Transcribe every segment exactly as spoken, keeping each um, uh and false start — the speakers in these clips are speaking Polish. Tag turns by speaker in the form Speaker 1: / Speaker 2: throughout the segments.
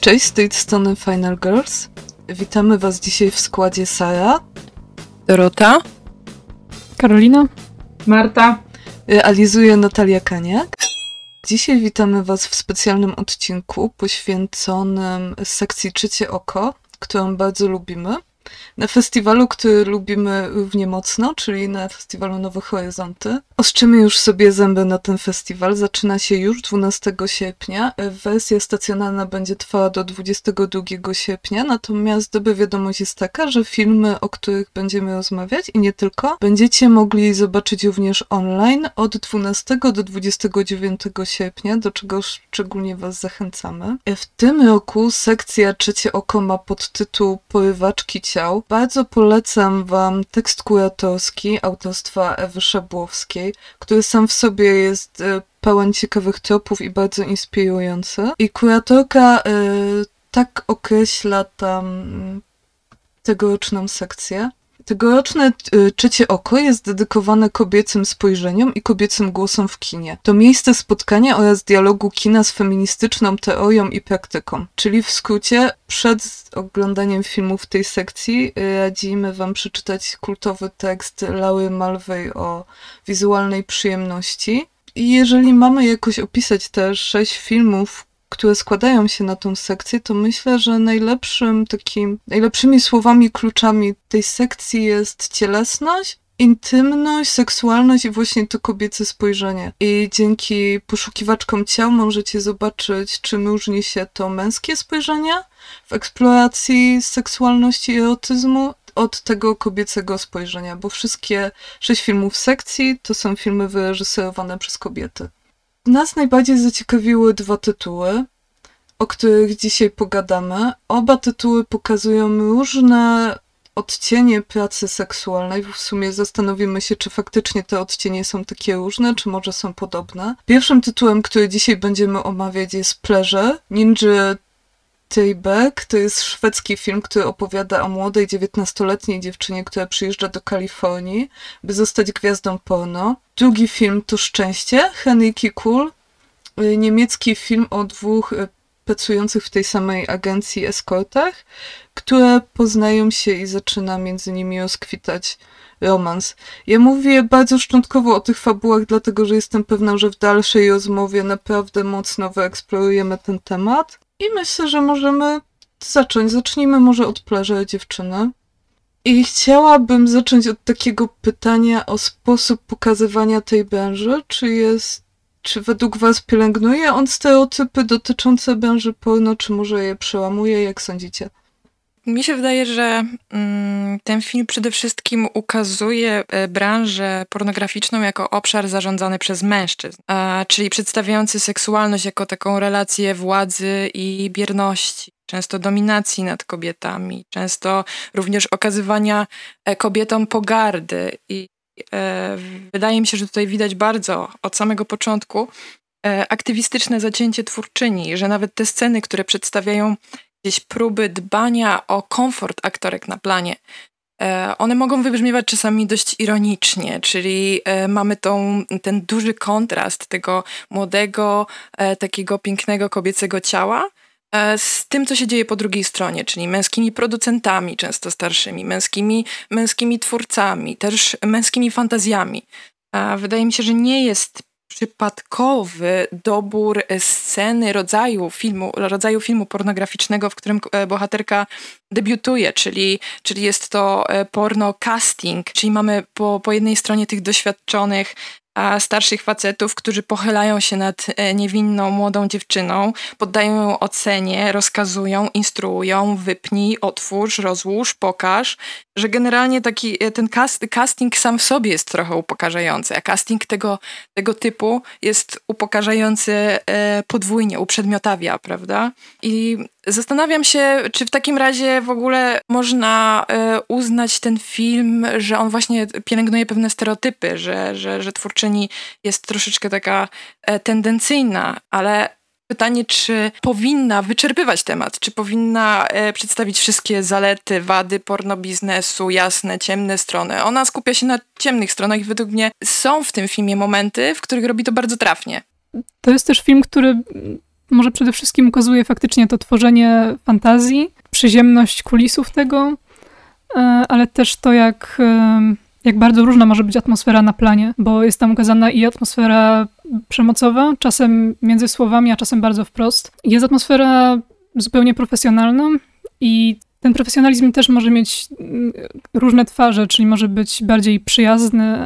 Speaker 1: Cześć, z tej strony Final Girls. Witamy Was dzisiaj w składzie Sara,
Speaker 2: Dorota,
Speaker 3: Karolina,
Speaker 4: Marta,
Speaker 1: realizuje Natalia Kaniak. Dzisiaj witamy Was w specjalnym odcinku poświęconym sekcji Trzecie Oko, którą bardzo lubimy. Na festiwalu, który lubimy równie mocno, czyli na festiwalu Nowe Horyzonty. Ostrzymy już sobie zęby na ten festiwal. Zaczyna się już dwunastego sierpnia. Wersja stacjonarna będzie trwała do dwudziestego drugiego sierpnia, natomiast dobra wiadomość jest taka, że filmy, o których będziemy rozmawiać i nie tylko, będziecie mogli zobaczyć również online od dwunastego do dwudziestego dziewiątego sierpnia, do czego szczególnie Was zachęcamy. W tym roku sekcja Trzecie Oko ma podtytuł Porywaczki ciał. Bardzo polecam Wam tekst kuratorski autorstwa Ewy Szabłowskiej, który sam w sobie jest pełen ciekawych tropów i bardzo inspirujący. I kuratorka y, tak określa tam tegoroczną sekcję. Tegoroczne y, Trzecie Oko jest dedykowane kobiecym spojrzeniom i kobiecym głosom w kinie. To miejsce spotkania oraz dialogu kina z feministyczną teorią i praktyką. Czyli w skrócie, przed oglądaniem filmów w tej sekcji y, radzimy Wam przeczytać kultowy tekst Laury Mulvey o wizualnej przyjemności. I jeżeli mamy jakoś opisać te sześć filmów, które składają się na tą sekcję, to myślę, że najlepszym takim, najlepszymi słowami, kluczami tej sekcji jest cielesność, intymność, seksualność i właśnie to kobiece spojrzenie. I dzięki poszukiwaczkom ciał możecie zobaczyć, czym różni się to męskie spojrzenie w eksploracji seksualności i erotyzmu od tego kobiecego spojrzenia, bo wszystkie sześć filmów sekcji to są filmy wyreżyserowane przez kobiety. Nas najbardziej zaciekawiły dwa tytuły, o których dzisiaj pogadamy. Oba tytuły pokazują różne odcienie pracy seksualnej. W sumie zastanowimy się, czy faktycznie te odcienie są takie różne, czy może są podobne. Pierwszym tytułem, który dzisiaj będziemy omawiać, jest Pleasure Ninja Tribeca. To jest szwedzki film, który opowiada o młodej dziewiętnastoletniej dziewczynie, która przyjeżdża do Kalifornii, by zostać gwiazdą porno. Drugi film to Szczęście Henryki Kuhl, niemiecki film o dwóch pracujących w tej samej agencji eskortach, które poznają się i zaczyna między nimi rozkwitać romans. Ja mówię bardzo szczątkowo o tych fabułach, dlatego że jestem pewna, że w dalszej rozmowie naprawdę mocno wyeksplorujemy ten temat. I myślę, że możemy zacząć. Zacznijmy może od Pleasure dziewczyny. I chciałabym zacząć od takiego pytania o sposób pokazywania tej branży. Czy jest, czy według Was pielęgnuje on stereotypy dotyczące branży porno, czy może je przełamuje? Jak sądzicie?
Speaker 2: Mi się wydaje, że mm, ten film przede wszystkim ukazuje e, branżę pornograficzną jako obszar zarządzany przez mężczyzn, a, czyli przedstawiający seksualność jako taką relację władzy i bierności, często dominacji nad kobietami, często również okazywania e, kobietom pogardy. I e, wydaje mi się, że tutaj widać bardzo od samego początku e, aktywistyczne zacięcie twórczyni, że nawet te sceny, które przedstawiają gdzieś próby dbania o komfort aktorek na planie, e, one mogą wybrzmiewać czasami dość ironicznie, czyli e, mamy tą, ten duży kontrast tego młodego, e, takiego pięknego kobiecego ciała e, z tym, co się dzieje po drugiej stronie, czyli męskimi producentami, często starszymi, męskimi, męskimi twórcami, też męskimi fantazjami. E, wydaje mi się, że nie jest przypadkowy dobór sceny, rodzaju filmu, rodzaju filmu pornograficznego, w którym bohaterka debiutuje, czyli, czyli jest to porno casting, czyli mamy po, po jednej stronie tych doświadczonych a starszych facetów, którzy pochylają się nad niewinną, młodą dziewczyną, poddają ją ocenie, rozkazują, instruują, wypnij, otwórz, rozłóż, pokaż, że generalnie taki ten cast, casting sam w sobie jest trochę upokarzający, a casting tego, tego typu jest upokarzający e, podwójnie, uprzedmiotawia, prawda? I zastanawiam się, czy w takim razie w ogóle można e, uznać ten film, że on właśnie pielęgnuje pewne stereotypy, że, że, że twórczyni jest troszeczkę taka e, tendencyjna, ale pytanie, czy powinna wyczerpywać temat, czy powinna e, przedstawić wszystkie zalety, wady pornobiznesu, jasne, ciemne strony. Ona skupia się na ciemnych stronach i według mnie są w tym filmie momenty, w których robi to bardzo trafnie.
Speaker 3: To jest też film, który może przede wszystkim ukazuje faktycznie to tworzenie fantazji, przyziemność kulisów tego, ale też to, jak, jak bardzo różna może być atmosfera na planie, bo jest tam ukazana i atmosfera przemocowa, czasem między słowami, a czasem bardzo wprost. Jest atmosfera zupełnie profesjonalna i ten profesjonalizm też może mieć różne twarze, czyli może być bardziej przyjazny,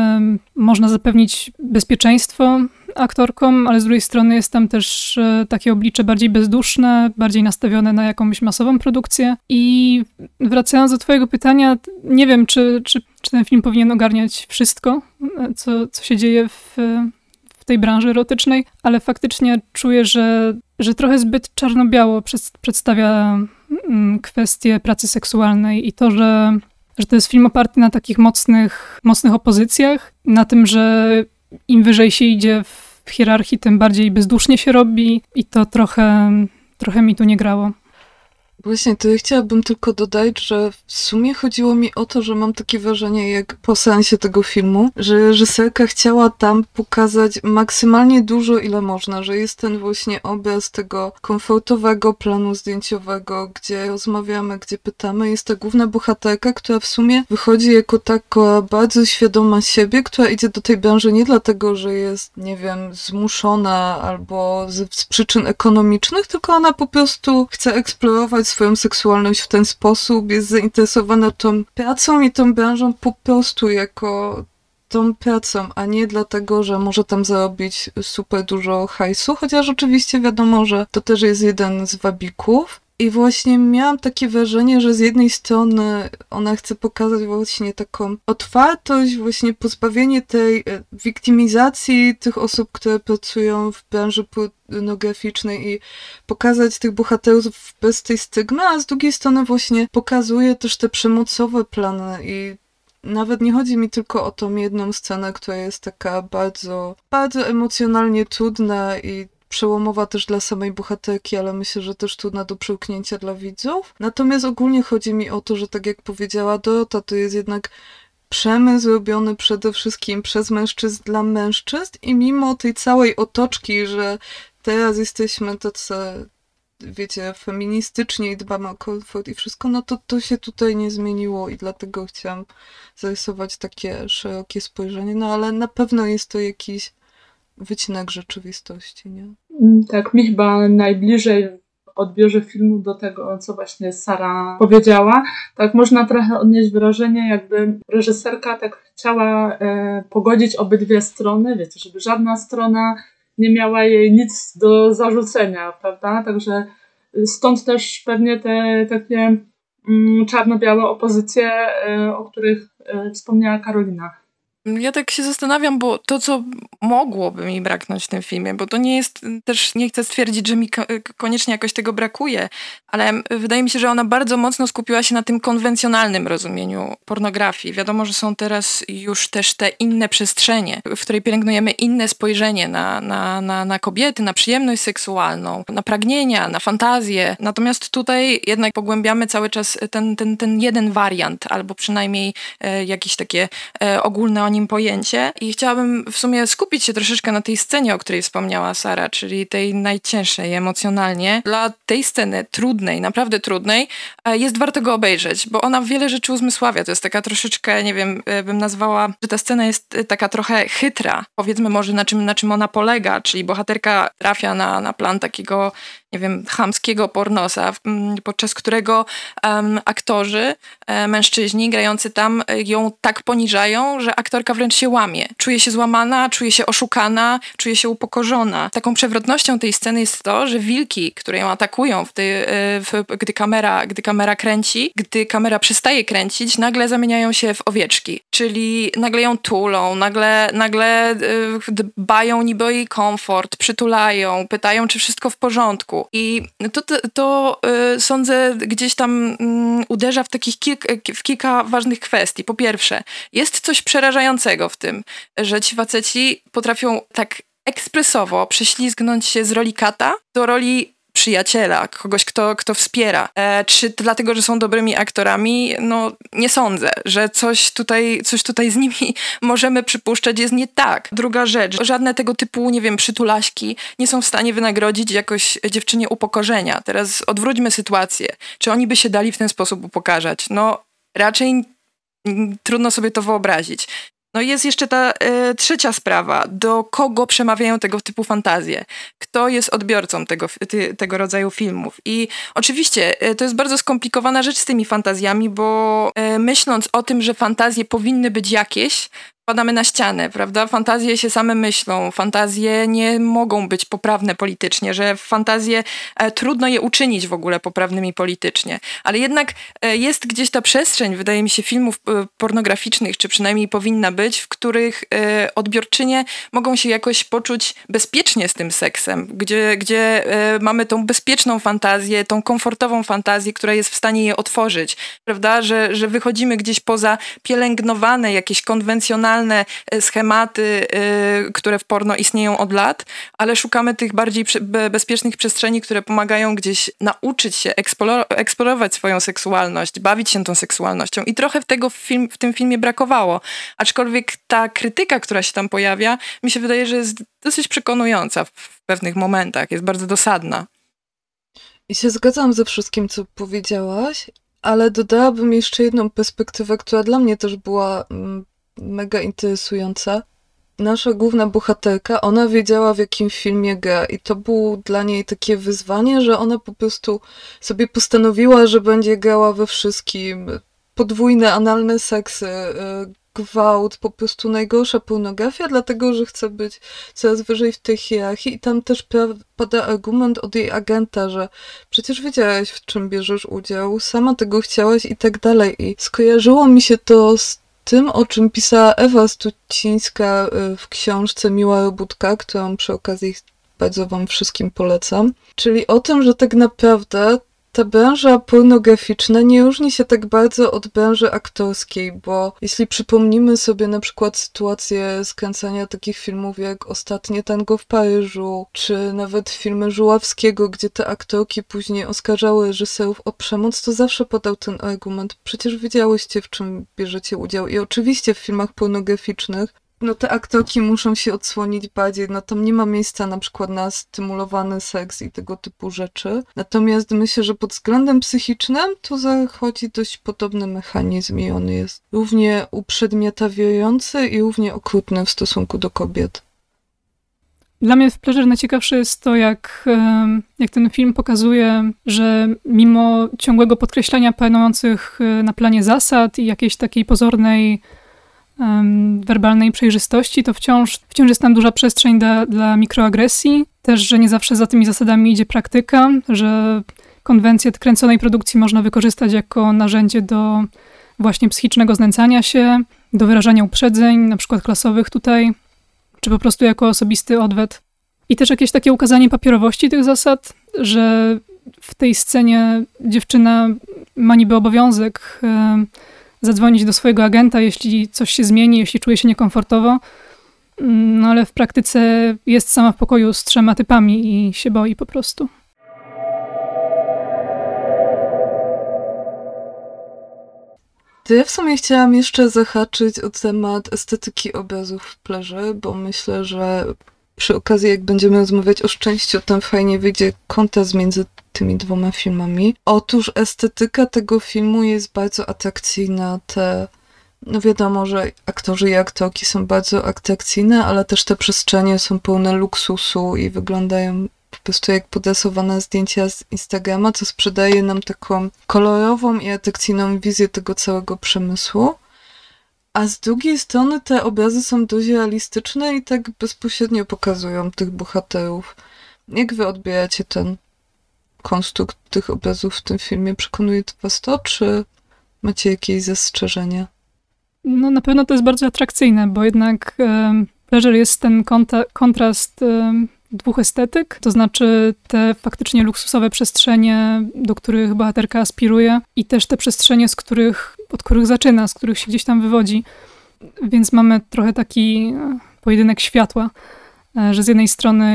Speaker 3: można zapewnić bezpieczeństwo aktorkom, ale z drugiej strony jest tam też takie oblicze bardziej bezduszne, bardziej nastawione na jakąś masową produkcję. I wracając do twojego pytania, nie wiem, czy, czy, czy ten film powinien ogarniać wszystko, co, co się dzieje w, w tej branży erotycznej, ale faktycznie czuję, że, że trochę zbyt czarno-biało przed, przedstawia kwestię pracy seksualnej i to, że, że to jest film oparty na takich mocnych, mocnych opozycjach, na tym, że im wyżej się idzie w hierarchii, tym bardziej bezdusznie się robi i to trochę, trochę mi tu nie grało.
Speaker 1: Właśnie, to ja chciałabym tylko dodać, że w sumie chodziło mi o to, że mam takie wrażenie, jak po seansie tego filmu, że reżyserka chciała tam pokazać maksymalnie dużo, ile można, że jest ten właśnie obraz tego komfortowego planu zdjęciowego, gdzie rozmawiamy, gdzie pytamy. Jest ta główna bohaterka, która w sumie wychodzi jako taka bardzo świadoma siebie, która idzie do tej branży nie dlatego, że jest, nie wiem, zmuszona albo z, z przyczyn ekonomicznych, tylko ona po prostu chce eksplorować swoją seksualność w ten sposób, jest zainteresowana tą pracą i tą branżą po prostu jako tą pracą, a nie dlatego, że może tam zarobić super dużo hajsu, chociaż oczywiście wiadomo, że to też jest jeden z wabików. I właśnie miałam takie wrażenie, że z jednej strony ona chce pokazać właśnie taką otwartość, właśnie pozbawienie tej wiktymizacji tych osób, które pracują w branży pornograficznej i pokazać tych bohaterów bez tej stygmy, a z drugiej strony właśnie pokazuje też te przemocowe plany i nawet nie chodzi mi tylko o tą jedną scenę, która jest taka bardzo, bardzo emocjonalnie trudna i przełomowa też dla samej bohaterki, ale myślę, że też trudna do przełknięcia dla widzów. Natomiast ogólnie chodzi mi o to, że tak jak powiedziała Dorota, to jest jednak przemysł robiony przede wszystkim przez mężczyzn dla mężczyzn i mimo tej całej otoczki, że teraz jesteśmy tacy, wiecie, feministyczni i dbamy o komfort i wszystko, no to to się tutaj nie zmieniło i dlatego chciałam zarysować takie szerokie spojrzenie, no ale na pewno jest to jakiś wycinek rzeczywistości, nie?
Speaker 4: Tak, mi chyba najbliżej w odbiorze filmu do tego, co właśnie Sara powiedziała. Tak można trochę odnieść wrażenie, jakby reżyserka tak chciała e, pogodzić obydwie strony, wiecie, żeby żadna strona nie miała jej nic do zarzucenia, prawda? Także stąd też pewnie te takie mm, czarno-białe opozycje, e, o których e, wspomniała Karolina.
Speaker 2: Ja tak się zastanawiam, bo to, co mogłoby mi braknąć w tym filmie, bo to nie jest, też nie chcę stwierdzić, że mi ko- koniecznie jakoś tego brakuje, ale wydaje mi się, że ona bardzo mocno skupiła się na tym konwencjonalnym rozumieniu pornografii. Wiadomo, że są teraz już też te inne przestrzenie, w której pielęgnujemy inne spojrzenie na, na, na, na kobiety, na przyjemność seksualną, na pragnienia, na fantazję. Natomiast tutaj jednak pogłębiamy cały czas ten, ten, ten jeden wariant, albo przynajmniej e, jakieś takie e, ogólne o nim pojęcie i chciałabym w sumie skupić się troszeczkę na tej scenie, o której wspomniała Sara, czyli tej najcięższej emocjonalnie. Dla tej sceny trudnej, naprawdę trudnej, jest warto go obejrzeć, bo ona wiele rzeczy uzmysławia. To jest taka troszeczkę, nie wiem, bym nazwała, że ta scena jest taka trochę chytra. Powiedzmy może na czym, na czym ona polega, czyli bohaterka trafia na, na plan takiego, nie wiem, chamskiego pornosa, podczas którego um, aktorzy, e, mężczyźni grający tam ją tak poniżają, że aktorka wręcz się łamie. Czuje się złamana, czuje się oszukana, czuje się upokorzona. Taką przewrotnością tej sceny jest to, że wilki, które ją atakują, w tej, w, gdy, kamera, gdy kamera kręci, gdy kamera przestaje kręcić, nagle zamieniają się w owieczki. Czyli nagle ją tulą, nagle, nagle dbają niby o jej komfort, przytulają, pytają, czy wszystko w porządku. I to, to, to y, sądzę gdzieś tam y, uderza w takich kilk, w kilka ważnych kwestii. Po pierwsze, jest coś przerażającego w tym, że ci faceci potrafią tak ekspresowo prześlizgnąć się z roli kata do roli przyjaciela, kogoś, kto, kto wspiera. E, czy dlatego, że są dobrymi aktorami? No nie sądzę, że coś tutaj, coś tutaj z nimi możemy przypuszczać jest nie tak. Druga rzecz, żadne tego typu, nie wiem, przytulaśki nie są w stanie wynagrodzić jakoś dziewczynie upokorzenia. Teraz odwróćmy sytuację. Czy oni by się dali w ten sposób upokarzać? No raczej n- trudno sobie to wyobrazić. No i jest jeszcze ta e, trzecia sprawa. Do kogo przemawiają tego typu fantazje? Kto jest odbiorcą tego, ty, tego rodzaju filmów? I oczywiście e, to jest bardzo skomplikowana rzecz z tymi fantazjami, bo e, myśląc o tym, że fantazje powinny być jakieś, padamy na ścianę, prawda? Fantazje się same myślą, fantazje nie mogą być poprawne politycznie, że fantazje e, trudno je uczynić w ogóle poprawnymi politycznie. Ale jednak e, jest gdzieś ta przestrzeń, wydaje mi się, filmów e, pornograficznych, czy przynajmniej powinna być, w których e, odbiorczynie mogą się jakoś poczuć bezpiecznie z tym seksem, gdzie, gdzie e, mamy tą bezpieczną fantazję, tą komfortową fantazję, która jest w stanie je otworzyć, prawda? Że, że wychodzimy gdzieś poza pielęgnowane, jakieś konwencjonalne schematy, y, które w porno istnieją od lat, ale szukamy tych bardziej prze- bezpiecznych przestrzeni, które pomagają gdzieś nauczyć się eksploro- eksplorować swoją seksualność, bawić się tą seksualnością. I trochę tego w, film, w tym filmie brakowało. Aczkolwiek ta krytyka, która się tam pojawia, mi się wydaje, że jest dosyć przekonująca w pewnych momentach. Jest bardzo dosadna.
Speaker 1: I się zgadzam ze wszystkim, co powiedziałaś, ale dodałabym jeszcze jedną perspektywę, która dla mnie też była mm, mega interesująca. Nasza główna bohaterka, ona wiedziała, w jakim filmie gra i to było dla niej takie wyzwanie, że ona po prostu sobie postanowiła, że będzie grała we wszystkim. Podwójne, analne seksy, gwałt, po prostu najgorsza pornografia, dlatego, że chce być coraz wyżej w tej hierarchii i tam też pra- pada argument od jej agenta, że przecież wiedziałaś, w czym bierzesz udział, sama tego chciałaś i tak dalej. I skojarzyło mi się to z tym, o czym pisała Ewa Stucińska w książce Miła Robótka, którą przy okazji bardzo wam wszystkim polecam. Czyli o tym, że tak naprawdę ta branża pornograficzna nie różni się tak bardzo od branży aktorskiej, bo jeśli przypomnimy sobie na przykład sytuację skręcania takich filmów jak Ostatnie tango w Paryżu, czy nawet filmy Żuławskiego, gdzie te aktorki później oskarżały reżyserów o przemoc, to zawsze padał ten argument. Przecież wiedziałyście, w czym bierzecie udział. I oczywiście w filmach pornograficznych no te aktorki muszą się odsłonić bardziej, no tam nie ma miejsca na przykład na stymulowany seks i tego typu rzeczy. Natomiast myślę, że pod względem psychicznym tu zachodzi dość podobny mechanizm i on jest równie uprzedmiotawiający i równie okrutny w stosunku do kobiet.
Speaker 3: Dla mnie w Pleasure najciekawsze jest to, jak, jak ten film pokazuje, że mimo ciągłego podkreślania panujących na planie zasad i jakiejś takiej pozornej um, werbalnej przejrzystości, to wciąż, wciąż jest tam duża przestrzeń dla, dla mikroagresji. Też, że nie zawsze za tymi zasadami idzie praktyka, że konwencję kręconej produkcji można wykorzystać jako narzędzie do właśnie psychicznego znęcania się, do wyrażania uprzedzeń, na przykład klasowych tutaj, czy po prostu jako osobisty odwet. I też jakieś takie ukazanie papierowości tych zasad, że w tej scenie dziewczyna ma niby obowiązek e, zadzwonić do swojego agenta, jeśli coś się zmieni, jeśli czuje się niekomfortowo, no ale w praktyce jest sama w pokoju z trzema typami i się boi po prostu.
Speaker 1: To ja w sumie chciałam jeszcze zahaczyć o temat estetyki obrazów w Pleasure, bo myślę, że przy okazji, jak będziemy rozmawiać o szczęściu, tam fajnie wyjdzie kontrast między tymi dwoma filmami. Otóż estetyka tego filmu jest bardzo atrakcyjna. Te, no wiadomo, że aktorzy i aktorki są bardzo atrakcyjne, ale też te przestrzenie są pełne luksusu i wyglądają po prostu jak podrasowane zdjęcia z Instagrama, co sprzedaje nam taką kolorową i atrakcyjną wizję tego całego przemysłu. A z drugiej strony te obrazy są dość realistyczne i tak bezpośrednio pokazują tych bohaterów. Jak wy odbieracie ten konstrukt tych obrazów w tym filmie? Przekonuje was to, czy macie jakieś zastrzeżenia?
Speaker 3: No na pewno to jest bardzo atrakcyjne, bo jednak um, Pleasure jest ten konta- kontrast um, dwóch estetyk, to znaczy te faktycznie luksusowe przestrzenie, do których bohaterka aspiruje i też te przestrzenie, z których, od których zaczyna, z których się gdzieś tam wywodzi. Więc mamy trochę taki pojedynek światła, że z jednej strony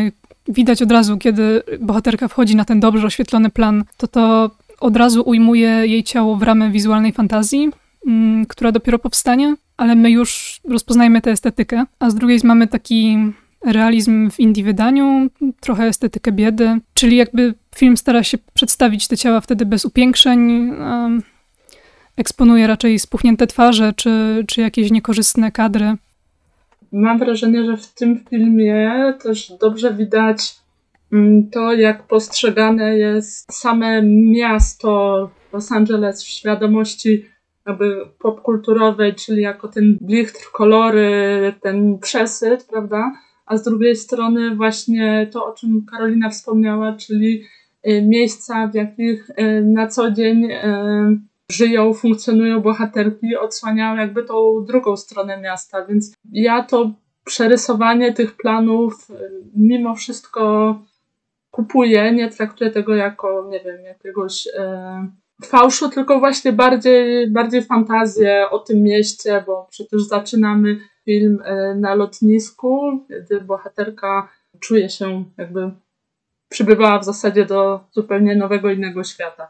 Speaker 3: widać od razu, kiedy bohaterka wchodzi na ten dobrze oświetlony plan, to to od razu ujmuje jej ciało w ramę wizualnej fantazji, m, która dopiero powstanie, ale my już rozpoznajemy tę estetykę, a z drugiej mamy taki realizm w indie wydaniu, trochę estetykę biedy, czyli jakby film stara się przedstawić te ciała wtedy bez upiększeń, um, eksponuje raczej spuchnięte twarze, czy, czy jakieś niekorzystne kadry.
Speaker 4: Mam wrażenie, że w tym filmie też dobrze widać to, jak postrzegane jest same miasto Los Angeles w świadomości jakby popkulturowej, czyli jako ten blichtr, kolory, ten przesyt, prawda? A z drugiej strony właśnie to, o czym Karolina wspomniała, czyli miejsca, w jakich na co dzień żyją, funkcjonują bohaterki, odsłaniają jakby tą drugą stronę miasta, więc ja to przerysowanie tych planów mimo wszystko kupuję, nie traktuję tego jako, nie wiem, jakiegoś e, fałszu, tylko właśnie bardziej, bardziej fantazję o tym mieście, bo przecież zaczynamy film e, na lotnisku, gdy bohaterka czuje się jakby przybywała w zasadzie do zupełnie nowego, innego świata.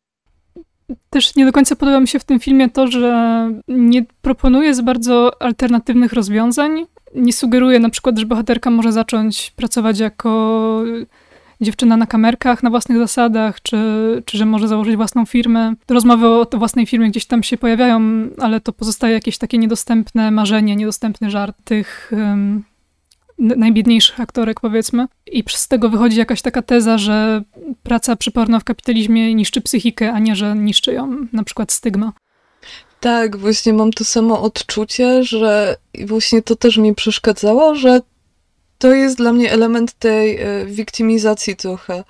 Speaker 3: Też nie do końca podoba mi się w tym filmie to, że nie proponuje za bardzo alternatywnych rozwiązań. Nie sugeruje na przykład, że bohaterka może zacząć pracować jako dziewczyna na kamerkach, na własnych zasadach, czy, czy że może założyć własną firmę. Rozmowy o własnej firmie gdzieś tam się pojawiają, ale to pozostaje jakieś takie niedostępne marzenie, niedostępny żart tych um, najbiedniejszych aktorek, powiedzmy. I z tego wychodzi jakaś taka teza, że praca przyporna w kapitalizmie niszczy psychikę, a nie, że niszczy ją na przykład stygma.
Speaker 1: Tak, właśnie mam to samo odczucie, że właśnie to też mi przeszkadzało, że to jest dla mnie element tej y, wiktymizacji trochę,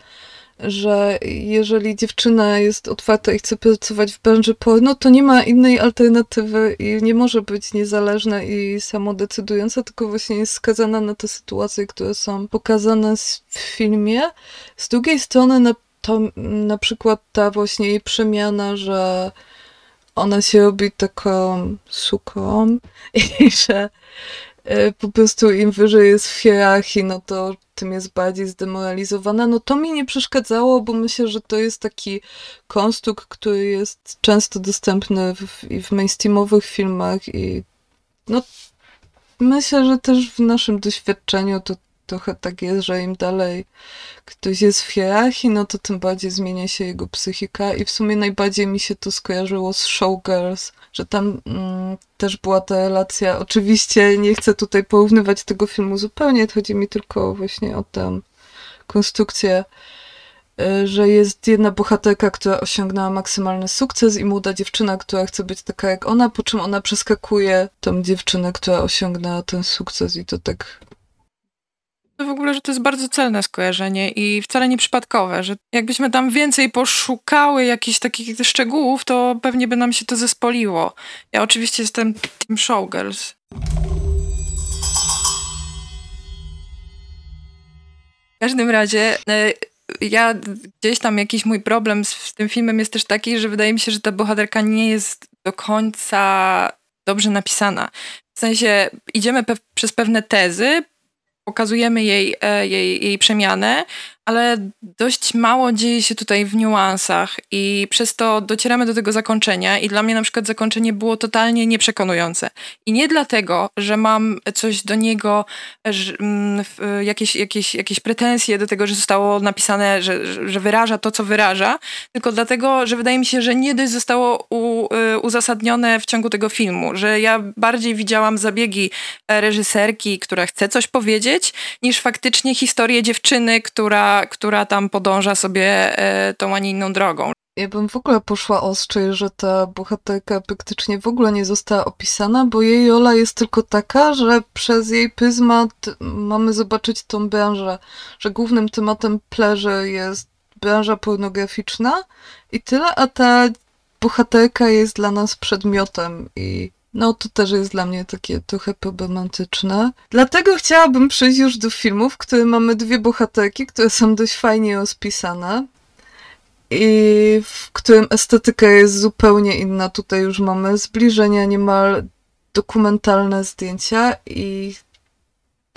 Speaker 1: że jeżeli dziewczyna jest otwarta i chce pracować w branży porno, to nie ma innej alternatywy i nie może być niezależna i samodecydująca, tylko właśnie jest skazana na te sytuacje, które są pokazane w filmie. Z drugiej strony na, to, na przykład ta właśnie jej przemiana, że ona się robi taką suką i że y, po prostu im wyżej jest w hierarchii, no to tym jest bardziej zdemoralizowana. No to mi nie przeszkadzało, bo myślę, że to jest taki konstrukt, który jest często dostępny w, i w mainstreamowych filmach i no myślę, że też w naszym doświadczeniu to trochę tak jest, że im dalej ktoś jest w hierarchii, no to tym bardziej zmienia się jego psychika i w sumie najbardziej mi się to skojarzyło z Showgirls, że tam mm, też była ta relacja. Oczywiście nie chcę tutaj porównywać tego filmu zupełnie, chodzi mi tylko właśnie o tę konstrukcję, y, że jest jedna bohaterka, która osiągnęła maksymalny sukces i młoda dziewczyna, która chce być taka jak ona, po czym ona przeskakuje tą dziewczynę, która osiągnęła ten sukces i to tak...
Speaker 2: To w ogóle, że to jest bardzo celne skojarzenie i wcale nieprzypadkowe, że jakbyśmy tam więcej poszukały jakichś takich szczegółów, to pewnie by nam się to zespoliło. Ja oczywiście jestem Team Showgirls. W każdym razie ja gdzieś tam jakiś mój problem z tym filmem jest też taki, że wydaje mi się, że ta bohaterka nie jest do końca dobrze napisana. W sensie idziemy pe- przez pewne tezy, pokazujemy jej, jej, jej przemianę, ale dość mało dzieje się tutaj w niuansach i przez to docieramy do tego zakończenia i dla mnie na przykład zakończenie było totalnie nieprzekonujące. I nie dlatego, że mam coś do niego, że, mm, jakieś, jakieś, jakieś pretensje do tego, że zostało napisane, że, że wyraża to, co wyraża, tylko dlatego, że wydaje mi się, że nie dość zostało u, uzasadnione w ciągu tego filmu, że ja bardziej widziałam zabiegi reżyserki, która chce coś powiedzieć, niż faktycznie historię dziewczyny, która która tam podąża sobie e, tą, a nie inną drogą.
Speaker 1: Ja bym w ogóle poszła ostrzej, że ta bohaterka praktycznie w ogóle nie została opisana, bo jej rola jest tylko taka, że przez jej pryzmat mamy zobaczyć tą branżę, że głównym tematem pleasure jest branża pornograficzna i tyle, a ta bohaterka jest dla nas przedmiotem i no to też jest dla mnie takie trochę problematyczne. Dlatego chciałabym przejść już do filmu, w którym mamy dwie bohaterki, które są dość fajnie rozpisane i w którym estetyka jest zupełnie inna. Tutaj już mamy zbliżenia, niemal dokumentalne zdjęcia i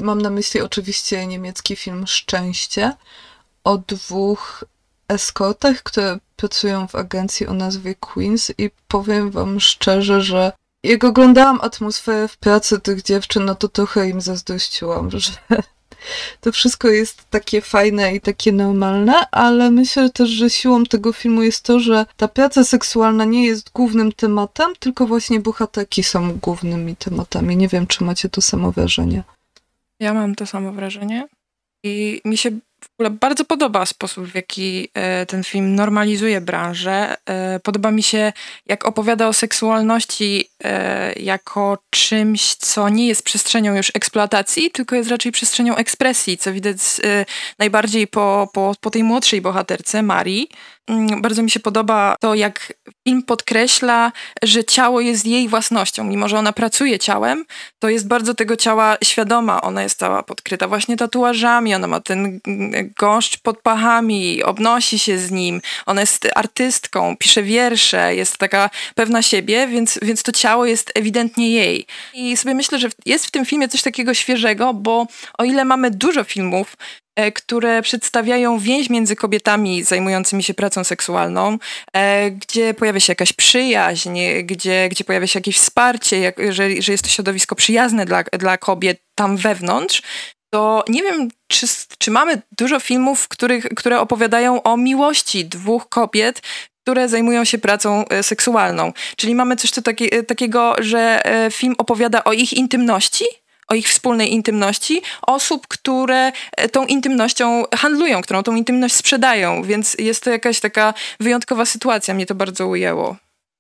Speaker 1: Mam na myśli oczywiście niemiecki film Szczęście o dwóch eskortach, które pracują w agencji o nazwie Queens i powiem wam szczerze, że jak oglądałam atmosferę w pracy tych dziewczyn, no to trochę im zazdrościłam, że to wszystko jest takie fajne i takie normalne, ale myślę też, że siłą tego filmu jest to, że ta praca seksualna nie jest głównym tematem, tylko właśnie bohaterki są głównymi tematami. Nie wiem, czy macie to samo wrażenie.
Speaker 2: Ja mam to samo wrażenie i mi się w ogóle bardzo podoba sposób, w jaki e, ten film normalizuje branżę. E, podoba mi się, jak opowiada o seksualności e, jako czymś, co nie jest przestrzenią już eksploatacji, tylko jest raczej przestrzenią ekspresji, co widać e, najbardziej po, po, po tej młodszej bohaterce, Marii. Mm, bardzo mi się podoba to, jak film podkreśla, że ciało jest jej własnością. Mimo że ona pracuje ciałem, to jest bardzo tego ciała świadoma. Ona jest cała podkryta właśnie tatuażami, ona ma ten gąszcz pod pachami, obnosi się z nim. Ona jest artystką, pisze wiersze, jest taka pewna siebie, więc, więc to ciało jest ewidentnie jej. I sobie myślę, że jest w tym filmie coś takiego świeżego, bo o ile mamy dużo filmów, które przedstawiają więź między kobietami zajmującymi się pracą seksualną, e, gdzie pojawia się jakaś przyjaźń, gdzie, gdzie pojawia się jakieś wsparcie, jak, że, że jest to środowisko przyjazne dla, dla kobiet tam wewnątrz, to nie wiem, czy, czy mamy dużo filmów, których, które opowiadają o miłości dwóch kobiet, które zajmują się pracą seksualną. Czyli mamy coś tu taki, takiego, że film opowiada o ich intymności, o ich wspólnej intymności osób, które tą intymnością handlują, którą tą intymność sprzedają, więc jest to jakaś taka wyjątkowa sytuacja. Mnie to bardzo ujęło.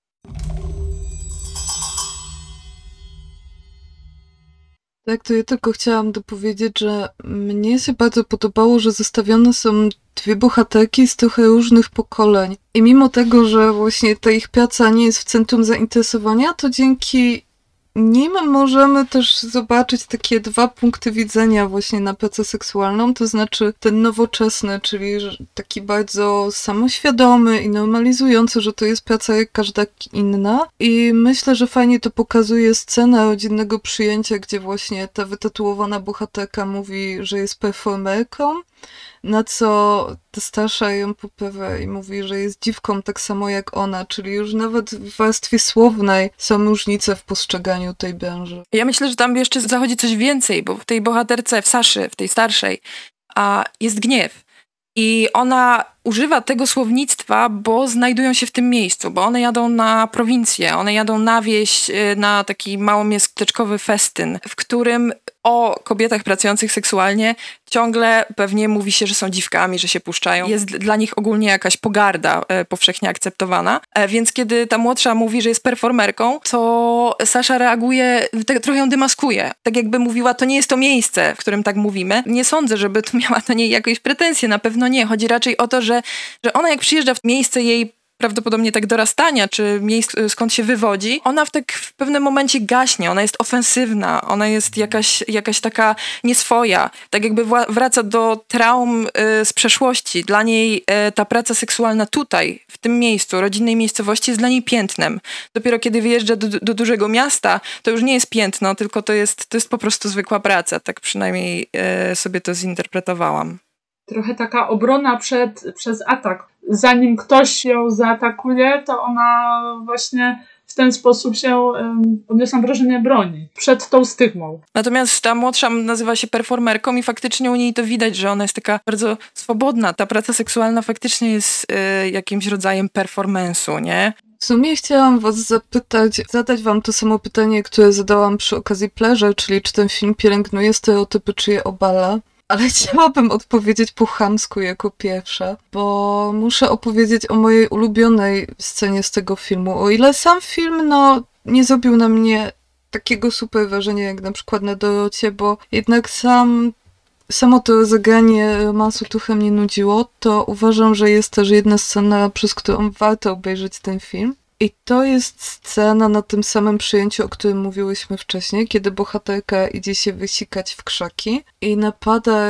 Speaker 1: Tak, to ja tylko chciałam dopowiedzieć, że mnie się bardzo podobało, że zestawione są dwie bohaterki z trochę różnych pokoleń. I mimo tego, że właśnie ta ich praca nie jest w centrum zainteresowania, to dzięki nim możemy też zobaczyć takie dwa punkty widzenia właśnie na pracę seksualną, to znaczy ten nowoczesny, czyli taki bardzo samoświadomy i normalizujący, że to jest praca jak każda inna. I myślę, że fajnie to pokazuje scena rodzinnego przyjęcia, gdzie właśnie ta wytatuowana bohaterka mówi, że jest performerką, na co ta starsza ją poprawia i mówi, że jest dziwką tak samo jak ona, czyli już nawet w warstwie słownej są różnice w postrzeganiu tej branży.
Speaker 2: Ja myślę, że tam jeszcze zachodzi coś więcej, bo w tej bohaterce, w Saszy, w tej starszej, a jest gniew. I ona używa tego słownictwa, bo znajdują się w tym miejscu, bo one jadą na prowincję, one jadą na wieś, na taki małomiasteczkowy festyn, w którym o kobietach pracujących seksualnie ciągle pewnie mówi się, że są dziwkami, że się puszczają. Jest dla nich ogólnie jakaś pogarda e, powszechnie akceptowana. E, więc kiedy ta młodsza mówi, że jest performerką, to Sasza reaguje, te, trochę ją demaskuje. Tak jakby mówiła, to nie jest to miejsce, w którym tak mówimy. Nie sądzę, żeby tu miała do niej jakieś pretensje, na pewno nie. Chodzi raczej o to, że, że ona jak przyjeżdża w miejsce jej prawdopodobnie tak dorastania, czy miejsc, skąd się wywodzi, ona w, tak w pewnym momencie gaśnie, ona jest ofensywna, ona jest jakaś, jakaś taka nieswoja, tak jakby wraca do traum y, z przeszłości. Dla niej y, ta praca seksualna tutaj, w tym miejscu, rodzinnej miejscowości jest dla niej piętnem. Dopiero kiedy wyjeżdża do, do dużego miasta, to już nie jest piętno, tylko to jest, to jest po prostu zwykła praca. Tak przynajmniej y, sobie to zinterpretowałam.
Speaker 4: Trochę taka obrona przed, przez atak. Zanim ktoś ją zaatakuje, to ona właśnie w ten sposób się, odniosłam wrażenie, broni przed tą stygmą.
Speaker 2: Natomiast ta młodsza nazywa się performerką i faktycznie u niej to widać, że ona jest taka bardzo swobodna. Ta praca seksualna faktycznie jest y, jakimś rodzajem performance'u, nie?
Speaker 1: W sumie chciałam was zapytać, zadać wam to samo pytanie, które zadałam przy okazji Pleasure, czyli czy ten film pielęgnuje stereotypy, czy je obala. Ale chciałabym odpowiedzieć po chamsku jako pierwsza, bo muszę opowiedzieć o mojej ulubionej scenie z tego filmu. O ile sam film, no, nie zrobił na mnie takiego super wrażenia jak na przykład na Dorocie, bo jednak sam, samo to zagranie romansu trochę mnie nudziło, to uważam, że jest też jedna scena, przez którą warto obejrzeć ten film. I to jest scena na tym samym przyjęciu, o którym mówiłyśmy wcześniej, kiedy bohaterka idzie się wysikać w krzaki i napada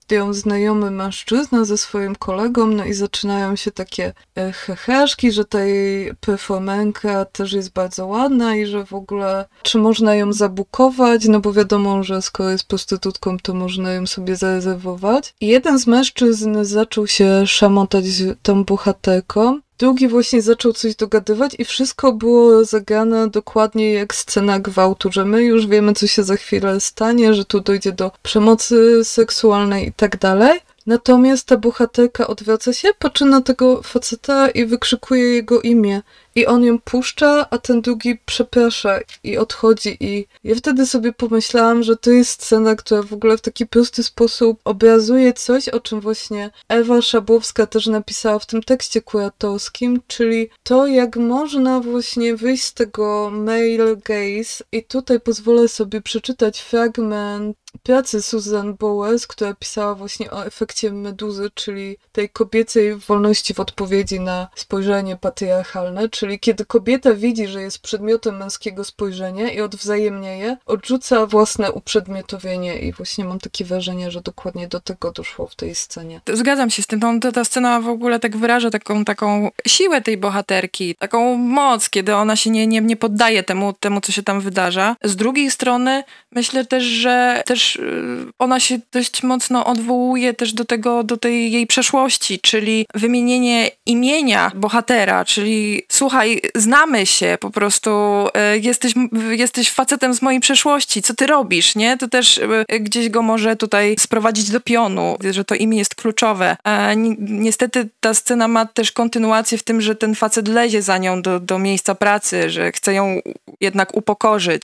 Speaker 1: wbijał znajomy mężczyzna ze swoim kolegą, no i zaczynają się takie e, heheszki, że ta jej performerka też jest bardzo ładna i że w ogóle czy można ją zabukować, no bo wiadomo, że skoro jest prostytutką, to można ją sobie zarezerwować. I jeden z mężczyzn zaczął się szamotać z tą bohaterką, drugi właśnie zaczął coś dogadywać i wszystko było zagrane dokładnie jak scena gwałtu, że my już wiemy, co się za chwilę stanie, że tu dojdzie do przemocy seksualnej i tak dalej. Natomiast ta bohaterka odwraca się, patrzy na tego faceta i wykrzykuje jego imię. I on ją puszcza, a ten drugi przeprasza i odchodzi. I ja wtedy sobie pomyślałam, że to jest scena, która w ogóle w taki prosty sposób obrazuje coś, o czym właśnie Ewa Szabłowska też napisała w tym tekście kuratorskim, czyli to, jak można właśnie wyjść z tego male gaze. I tutaj pozwolę sobie przeczytać fragment pracy Susan Bowers, która pisała właśnie o efekcie meduzy, czyli tej kobiecej wolności w odpowiedzi na spojrzenie patriarchalne, czyli kiedy kobieta widzi, że jest przedmiotem męskiego spojrzenia i odwzajemnia je, odrzuca własne uprzedmiotowienie i właśnie mam takie wrażenie, że dokładnie do tego doszło w tej scenie.
Speaker 2: Zgadzam się z tym, ta, ta scena w ogóle tak wyraża taką, taką siłę tej bohaterki, taką moc, kiedy ona się nie, nie, nie poddaje temu, temu, co się tam wydarza. Z drugiej strony myślę też, że też ona się dość mocno odwołuje też do tego, do tej jej przeszłości, czyli wymienienie imienia bohatera, czyli słuchaj, znamy się, po prostu y, jesteś, jesteś facetem z mojej przeszłości, co ty robisz, nie? To też y, gdzieś go może tutaj sprowadzić do pionu, że to imię jest kluczowe. A ni- niestety ta scena ma też kontynuację w tym, że ten facet lezie za nią do, do miejsca pracy, że chce ją jednak upokorzyć.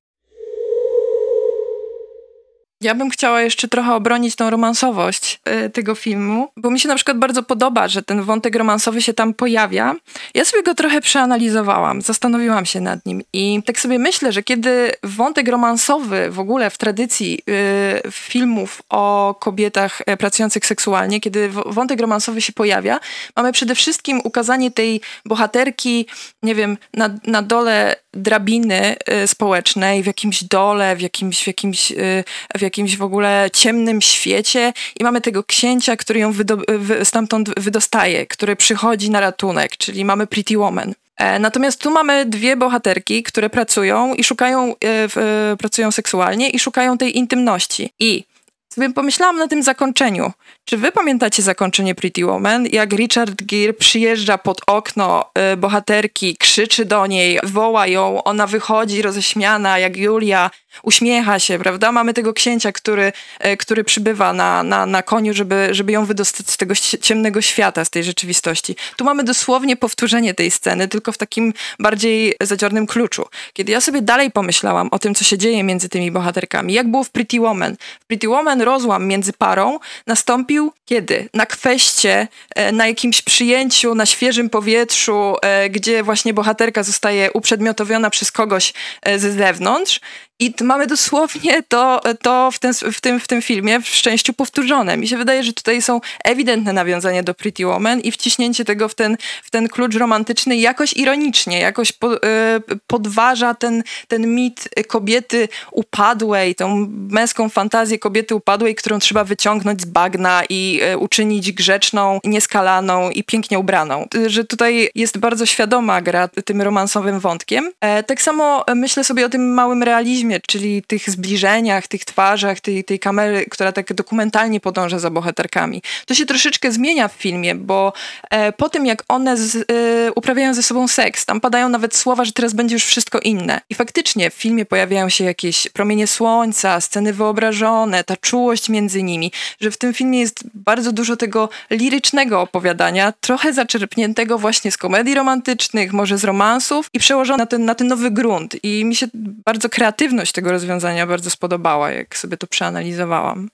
Speaker 2: Ja bym chciała jeszcze trochę obronić tą romansowość y, tego filmu, bo mi się na przykład bardzo podoba, że ten wątek romansowy się tam pojawia. Ja sobie go trochę przeanalizowałam, zastanowiłam się nad nim i tak sobie myślę, że kiedy wątek romansowy w ogóle w tradycji y, filmów o kobietach y, pracujących seksualnie, kiedy w- wątek romansowy się pojawia, mamy przede wszystkim ukazanie tej bohaterki, nie wiem, na, na dole drabiny y, społecznej, w jakimś dole, w jakimś, w jakimś, y, w jakimś w ogóle ciemnym świecie i mamy tego księcia, który ją wydo- wy- stamtąd wydostaje, który przychodzi na ratunek, czyli mamy Pretty Woman. E, natomiast tu mamy dwie bohaterki, które pracują i szukają, e, w, e, pracują seksualnie i szukają tej intymności. I sobie pomyślałam na tym zakończeniu. Czy wy pamiętacie zakończenie Pretty Woman? Jak Richard Gere przyjeżdża pod okno y, bohaterki, krzyczy do niej, woła ją, ona wychodzi roześmiana, jak Julia, uśmiecha się, prawda? Mamy tego księcia, który, y, który przybywa na, na, na koniu, żeby, żeby ją wydostać z tego ciemnego świata, z tej rzeczywistości. Tu mamy dosłownie powtórzenie tej sceny, tylko w takim bardziej zadziornym kluczu. Kiedy ja sobie dalej pomyślałam o tym, co się dzieje między tymi bohaterkami, jak było w Pretty Woman. W Pretty Woman rozłam między parą nastąpił kiedy? Na kweście, na jakimś przyjęciu, na świeżym powietrzu, gdzie właśnie bohaterka zostaje uprzedmiotowiona przez kogoś ze zewnątrz. I mamy dosłownie to, to w, ten, w, tym, w tym filmie w Szczęściu powtórzone. Mi się wydaje, że tutaj są ewidentne nawiązania do Pretty Woman i wciśnięcie tego w ten, w ten klucz romantyczny jakoś ironicznie, jakoś po, y, podważa ten, ten mit kobiety upadłej, tą męską fantazję kobiety upadłej, którą trzeba wyciągnąć z bagna i y, uczynić grzeczną, nieskalaną i pięknie ubraną. Y, że tutaj jest bardzo świadoma gra tym romansowym wątkiem. E, tak samo myślę sobie o tym małym realizmie, czyli tych zbliżeniach, tych twarzach, tej, tej kamery, która tak dokumentalnie podąża za bohaterkami. To się troszeczkę zmienia w filmie, bo e, po tym jak one z, e, uprawiają ze sobą seks, tam padają nawet słowa, że teraz będzie już wszystko inne. I faktycznie w filmie pojawiają się jakieś promienie słońca, sceny wyobrażone, ta czułość między nimi, że w tym filmie jest bardzo dużo tego lirycznego opowiadania, trochę zaczerpniętego właśnie z komedii romantycznych, może z romansów i przełożone na ten, na ten nowy grunt. I mi się bardzo kreatywność tego rozwiązania bardzo spodobała, jak sobie to przeanalizowałam.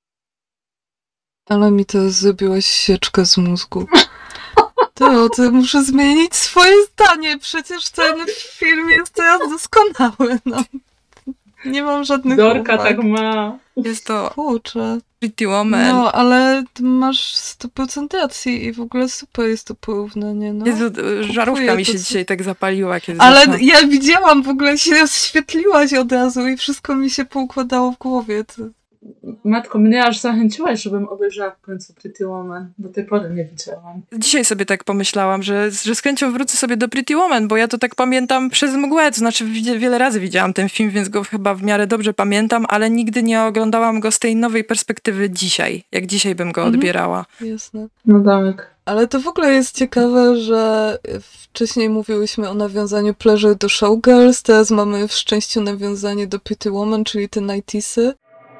Speaker 1: Ale mi teraz zrobiłaś sieczkę z mózgu. To, to muszę zmienić swoje zdanie. Przecież ten film jest teraz doskonały. No. Nie mam żadnych
Speaker 4: Dorka
Speaker 1: uwag.
Speaker 4: tak ma.
Speaker 2: Jest to
Speaker 1: Kurczę.
Speaker 2: Pretty Woman.
Speaker 1: No, ale ty masz sto procent racji i w ogóle super jest to porównanie. No.
Speaker 2: Jezu, żarówka mi się
Speaker 1: to,
Speaker 2: dzisiaj tak zapaliła, kiedy
Speaker 1: Ale
Speaker 2: zaczęłam.
Speaker 1: ja widziałam, w ogóle się rozświetliłaś od razu i wszystko mi się poukładało w głowie. To
Speaker 4: Matko, mnie aż zachęciłaś, żebym obejrzała w końcu Pretty Woman. Do tej pory nie widziałam.
Speaker 2: Dzisiaj sobie tak pomyślałam, że, że z chęcią wrócę sobie do Pretty Woman, bo ja to tak pamiętam przez mgłę, to znaczy wiele razy widziałam ten film, więc go chyba w miarę dobrze pamiętam, ale nigdy nie oglądałam go z tej nowej perspektywy dzisiaj, jak dzisiaj bym go odbierała.
Speaker 1: Mhm, jasne.
Speaker 4: No tak.
Speaker 1: Ale to w ogóle jest ciekawe, że wcześniej mówiłyśmy o nawiązaniu Pleasure do Showgirls, teraz mamy w szczęściu nawiązanie do Pretty Woman, czyli te nineties-y.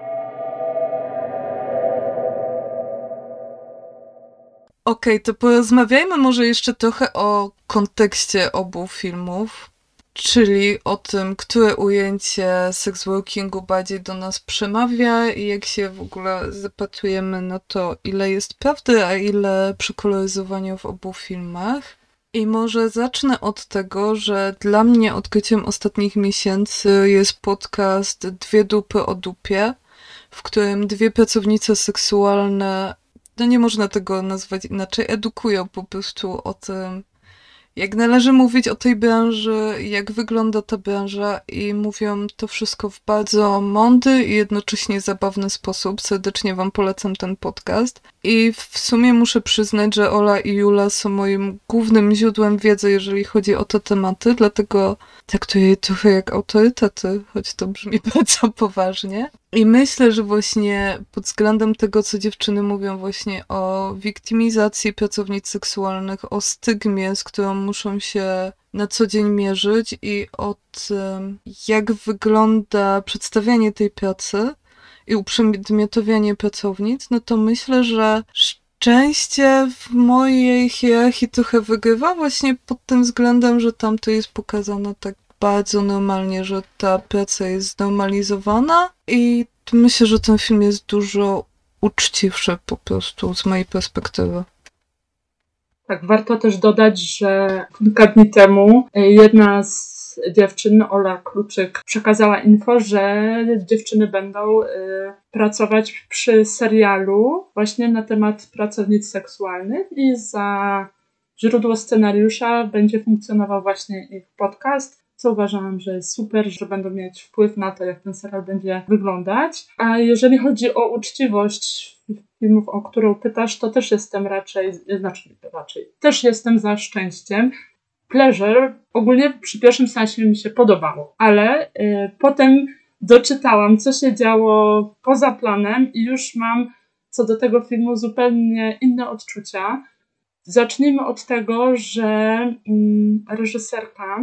Speaker 1: Okej, okay, to porozmawiajmy może jeszcze trochę o kontekście obu filmów, czyli o tym, które ujęcie sex workingu bardziej do nas przemawia i jak się w ogóle zapatrujemy na to, ile jest prawdy, a ile przekoloryzowania w obu filmach. I może zacznę od tego, że dla mnie odkryciem ostatnich miesięcy jest podcast Dwie dupy o dupie, w którym dwie pracownice seksualne, no nie można tego nazwać inaczej, edukują po prostu o tym, jak należy mówić o tej branży, jak wygląda ta branża i mówią to wszystko w bardzo mądry i jednocześnie zabawny sposób. Serdecznie wam polecam ten podcast. I w sumie muszę przyznać, że Ola i Jula są moim głównym źródłem wiedzy, jeżeli chodzi o te tematy, dlatego traktuję je trochę jak autorytety, choć to brzmi bardzo poważnie. I myślę, że właśnie pod względem tego, co dziewczyny mówią właśnie o wiktymizacji pracownic seksualnych, o stygmie, z którą muszą się na co dzień mierzyć i o tym, jak wygląda przedstawianie tej pracy i uprzedmiotowianie pracownic, no to myślę, że szczęście w mojej hierarchii trochę wygrywa właśnie pod tym względem, że tam to jest pokazane tak bardzo normalnie, że ta praca jest znormalizowana i myślę, że ten film jest dużo uczciwszy po prostu z mojej perspektywy.
Speaker 4: Tak, warto też dodać, że kilka dni temu jedna z dziewczyn, Ola Kluczyk, przekazała info, że dziewczyny będą y, pracować przy serialu właśnie na temat pracownic seksualnych i za źródło scenariusza będzie funkcjonował właśnie ich podcast, co uważam, że jest super, że będą mieć wpływ na to, jak ten serial będzie wyglądać. A jeżeli chodzi o uczciwość filmów, o którą pytasz, to też jestem raczej, znaczy raczej, też jestem za szczęściem. Pleasure ogólnie przy pierwszym seansie mi się podobało, ale y, potem doczytałam, co się działo poza planem i już mam co do tego filmu zupełnie inne odczucia. Zacznijmy od tego, że y, reżyserka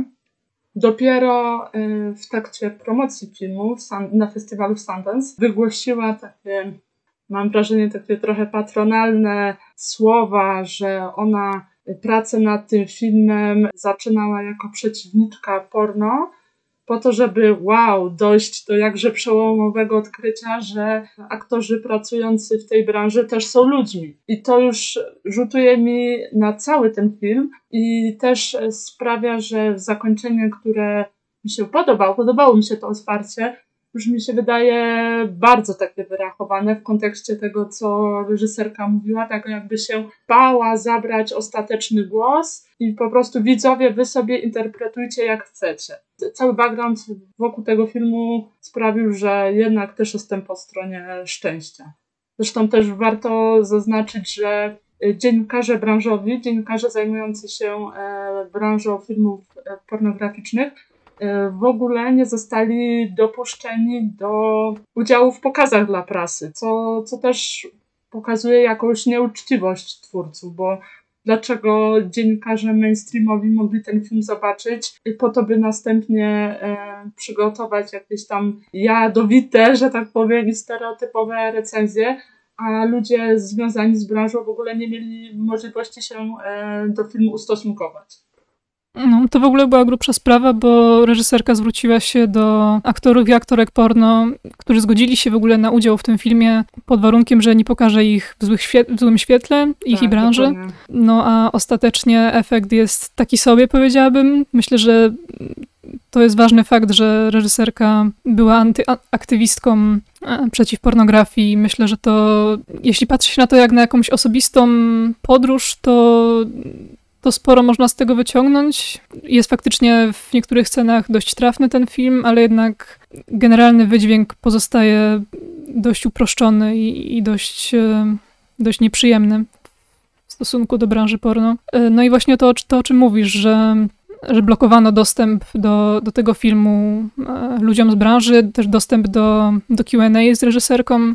Speaker 4: dopiero y, w trakcie promocji filmu na festiwalu w Sundance wygłosiła takie, mam wrażenie, takie trochę patronalne słowa, że ona pracę nad tym filmem zaczynała jako przeciwniczka porno, po to, żeby wow, dojść do jakże przełomowego odkrycia, że aktorzy pracujący w tej branży też są ludźmi. I to już rzutuje mi na cały ten film i też sprawia, że zakończenie, które mi się podobało, podobało mi się to otwarcie, już mi się wydaje bardzo takie wyrachowane w kontekście tego, co reżyserka mówiła, tak jakby się bała zabrać ostateczny głos i po prostu widzowie, wy sobie interpretujcie jak chcecie. Cały background wokół tego filmu sprawił, że jednak też jestem po stronie szczęścia. Zresztą też warto zaznaczyć, że dziennikarze branżowi, dziennikarze zajmujący się branżą filmów pornograficznych w ogóle nie zostali dopuszczeni do udziału w pokazach dla prasy, co, co też pokazuje jakąś nieuczciwość twórców, bo dlaczego dziennikarze mainstreamowi mogli ten film zobaczyć i po to, by następnie e, przygotować jakieś tam jadowite, że tak powiem, i stereotypowe recenzje, a ludzie związani z branżą w ogóle nie mieli możliwości się e, do filmu ustosunkować.
Speaker 3: No, to w ogóle była grubsza sprawa, bo reżyserka zwróciła się do aktorów i aktorek porno, którzy zgodzili się w ogóle na udział w tym filmie pod warunkiem, że nie pokaże ich w, złych świe- w złym świetle, ich tak, i branży. Dokładnie. No a ostatecznie efekt jest taki sobie, powiedziałabym. Myślę, że to jest ważny fakt, że reżyserka była antyaktywistką przeciw pornografii. Myślę, że to, jeśli patrzy się na to jak na jakąś osobistą podróż, to to sporo można z tego wyciągnąć. Jest faktycznie w niektórych scenach dość trafny ten film, ale jednak generalny wydźwięk pozostaje dość uproszczony i, i dość, dość nieprzyjemny w stosunku do branży porno. No i właśnie to, to o czym mówisz, że, że blokowano dostęp do, do tego filmu ludziom z branży, też dostęp do, do Q and A z reżyserką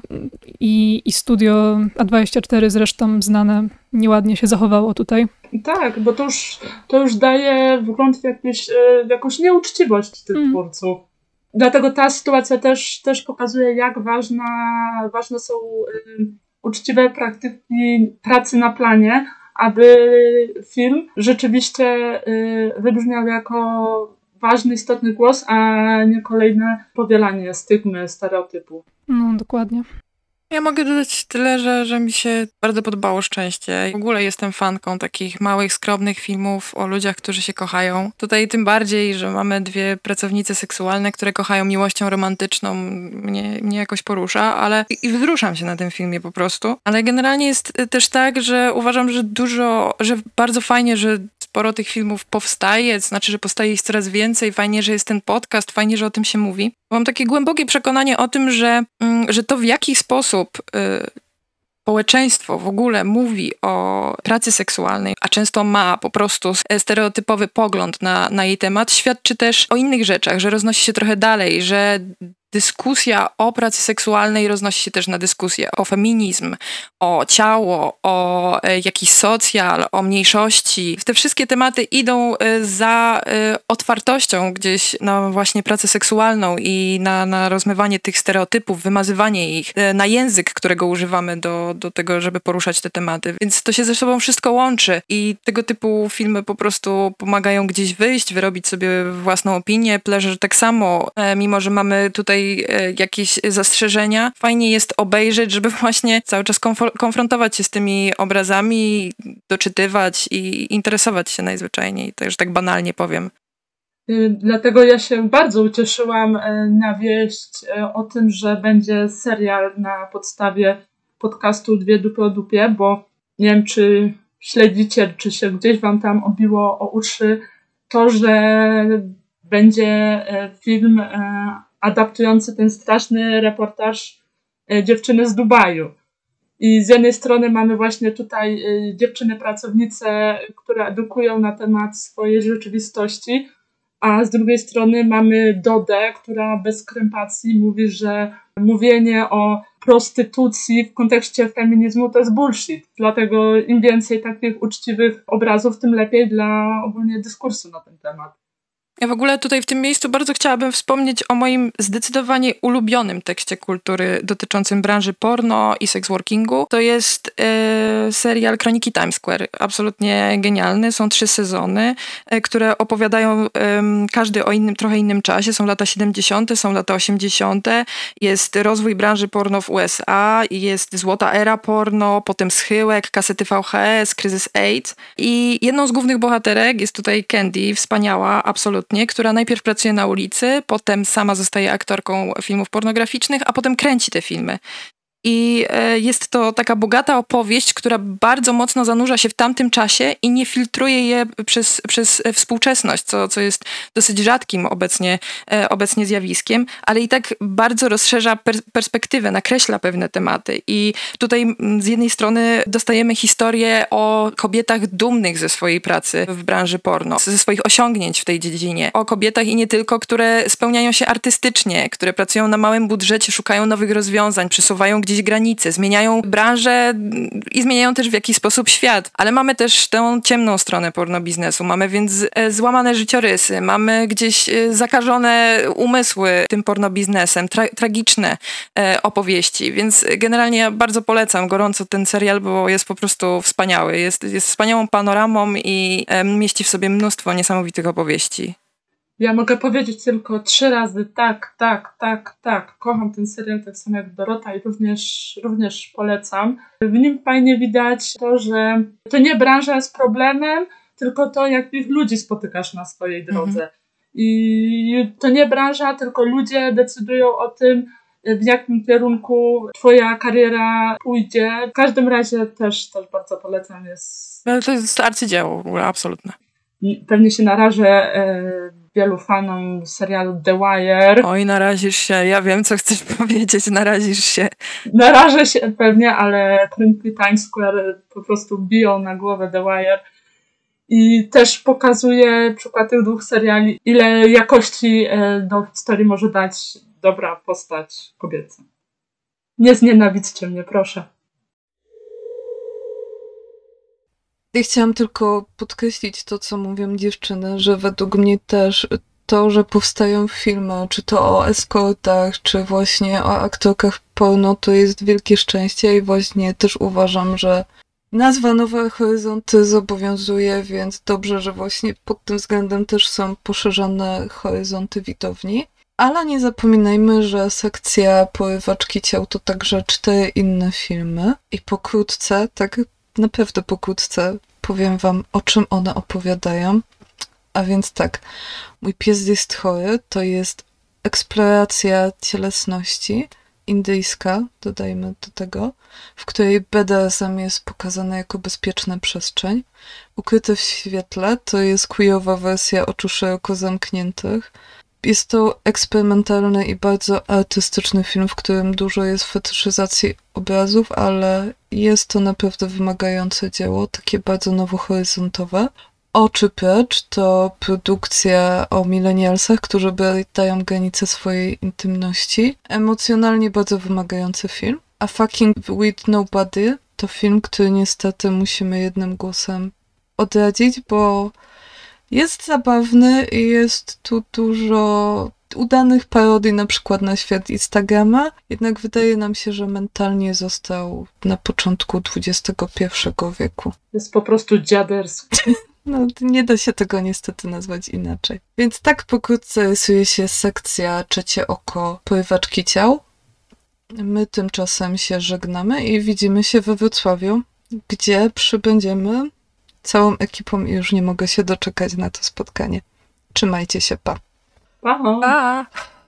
Speaker 3: i, i studio A dwadzieścia cztery zresztą znane nieładnie się zachowało tutaj.
Speaker 4: Tak, bo to już, to już daje wgląd w, jakieś, w jakąś nieuczciwość tych mm. twórców. Dlatego ta sytuacja też, też pokazuje, jak ważna, ważne są y, uczciwe praktyki pracy na planie, aby film rzeczywiście y, wybrzmiał jako ważny, istotny głos, a nie kolejne powielanie stygmy, stereotypu.
Speaker 3: No, dokładnie.
Speaker 2: Ja mogę dodać tyle, że, że mi się bardzo podobało Szczęście. W ogóle jestem fanką takich małych, skromnych filmów o ludziach, którzy się kochają. Tutaj tym bardziej, że mamy dwie pracownice seksualne, które kochają miłością romantyczną. Mnie, mnie jakoś porusza, ale i wzruszam się na tym filmie po prostu. Ale generalnie jest też tak, że uważam, że dużo, że bardzo fajnie, że sporo tych filmów powstaje, to znaczy, że powstaje ich coraz więcej. Fajnie, że jest ten podcast, fajnie, że o tym się mówi. Mam takie głębokie przekonanie o tym, że, że to w jaki sposób y, społeczeństwo w ogóle mówi o pracy seksualnej, a często ma po prostu stereotypowy pogląd na, na jej temat, świadczy też o innych rzeczach, że roznosi się trochę dalej, że dyskusja o pracy seksualnej roznosi się też na dyskusję o feminizm, o ciało, o e, jakiś socjal, o mniejszości. Te wszystkie tematy idą e, za e, otwartością gdzieś na właśnie pracę seksualną i na, na rozmywanie tych stereotypów, wymazywanie ich, e, na język, którego używamy do, do tego, żeby poruszać te tematy. Więc to się ze sobą wszystko łączy i tego typu filmy po prostu pomagają gdzieś wyjść, wyrobić sobie własną opinię. Pleasure tak samo, e, mimo że mamy tutaj jakieś zastrzeżenia. Fajnie jest obejrzeć, żeby właśnie cały czas konf- konfrontować się z tymi obrazami, doczytywać i interesować się najzwyczajniej. To już tak banalnie powiem.
Speaker 4: Dlatego ja się bardzo ucieszyłam na wieść o tym, że będzie serial na podstawie podcastu Dwie dupy o dupie, bo nie wiem, czy śledzicie, czy się gdzieś wam tam obiło o uszy to, że będzie film adaptujący ten straszny reportaż Dziewczyny z Dubaju. I z jednej strony mamy właśnie tutaj dziewczyny pracownice, które edukują na temat swojej rzeczywistości, a z drugiej strony mamy Dodę, która bez krępacji mówi, że mówienie o prostytucji w kontekście feminizmu to jest bullshit. Dlatego im więcej takich uczciwych obrazów, tym lepiej dla ogólnie dyskursu na ten temat.
Speaker 2: Ja w ogóle tutaj w tym miejscu bardzo chciałabym wspomnieć o moim zdecydowanie ulubionym tekście kultury dotyczącym branży porno i sexworkingu. To jest e, serial Kroniki Times Square. Absolutnie genialny. Są trzy sezony, e, które opowiadają e, każdy o innym, trochę innym czasie. Są lata siedemdziesiąte, są lata osiemdziesiąte. Jest rozwój branży porno w U S A, jest złota era porno, potem schyłek, kasety V H S, kryzys AIDS. I jedną z głównych bohaterek jest tutaj Candy, wspaniała, absolutnie, która najpierw pracuje na ulicy, potem sama zostaje aktorką filmów pornograficznych, a potem kręci te filmy. I jest to taka bogata opowieść, która bardzo mocno zanurza się w tamtym czasie i nie filtruje je przez, przez współczesność, co, co jest dosyć rzadkim obecnie, obecnie zjawiskiem, ale i tak bardzo rozszerza per- perspektywę, nakreśla pewne tematy. I tutaj z jednej strony dostajemy historię o kobietach dumnych ze swojej pracy w branży porno, ze swoich osiągnięć w tej dziedzinie, o kobietach i nie tylko, które spełniają się artystycznie, które pracują na małym budżecie, szukają nowych rozwiązań, przesuwają gdzieś granice, zmieniają branżę i zmieniają też w jakiś sposób świat. Ale mamy też tę ciemną stronę pornobiznesu. Mamy więc złamane życiorysy, mamy gdzieś zakażone umysły tym pornobiznesem, tra- tragiczne e, opowieści. Więc generalnie ja bardzo polecam gorąco ten serial, bo jest po prostu wspaniały. Jest, jest wspaniałą panoramą i e, mieści w sobie mnóstwo niesamowitych opowieści.
Speaker 4: Ja mogę powiedzieć tylko trzy razy tak, tak, tak, tak. Kocham ten serial tak samo jak Dorota i również, również polecam. W nim fajnie widać to, że to nie branża jest problemem, tylko to, jakich ludzi spotykasz na swojej drodze. Mhm. I to nie branża, tylko ludzie decydują o tym, w jakim kierunku twoja kariera pójdzie. W każdym razie też, też bardzo polecam. Jest...
Speaker 2: Ale to jest arcydzieło w ogóle, absolutne.
Speaker 4: Pewnie się narażę e, wielu fanom serialu The Wire.
Speaker 2: Oj, narazisz się. Ja wiem, co chcesz powiedzieć. Narazisz się.
Speaker 4: Narażę się pewnie, ale kręgi Times Square po prostu biją na głowę The Wire. I też pokazuje przykład tych dwóch seriali, ile jakości e, do historii może dać dobra postać kobieca. Nie znienawidźcie mnie, proszę.
Speaker 1: Ja chciałam tylko podkreślić to, co mówią dziewczyny, że według mnie też to, że powstają filmy, czy to o eskortach, czy właśnie o aktorkach porno, to jest wielkie szczęście i właśnie też uważam, że nazwa Nowe Horyzonty zobowiązuje, więc dobrze, że właśnie pod tym względem też są poszerzane horyzonty widowni. Ale nie zapominajmy, że sekcja Porywaczki ciał to także cztery inne filmy i pokrótce, tak naprawdę pokrótce powiem wam, o czym one opowiadają. A więc tak, Mój pies jest chory to jest eksploracja cielesności indyjska, dodajmy do tego, w której B D S M jest pokazane jako bezpieczna przestrzeń. Ukryte w świetle to jest queerowa wersja oczu szeroko zamkniętych. Jest to eksperymentalny i bardzo artystyczny film, w którym dużo jest fetyszyzacji obrazów, ale jest to naprawdę wymagające dzieło, takie bardzo nowohoryzontowe. Oczy precz to produkcja o milenialsach, którzy dają granice swojej intymności. Emocjonalnie bardzo wymagający film. A Fucking with Nobody to film, który niestety musimy jednym głosem odradzić, bo jest zabawny i jest tu dużo udanych parodii na przykład na świat Instagrama, jednak wydaje nam się, że mentalnie został na początku dwudziestego pierwszego wieku.
Speaker 4: Jest po prostu dziaderski.
Speaker 1: No, nie da się tego niestety nazwać inaczej. Więc tak pokrótce rysuje się sekcja Trzecie oko Porywaczki ciał. My tymczasem się żegnamy i widzimy się we Wrocławiu, gdzie przybędziemy całą ekipą i już nie mogę się doczekać na to spotkanie. Trzymajcie się, pa.
Speaker 4: Pa!
Speaker 2: Pa!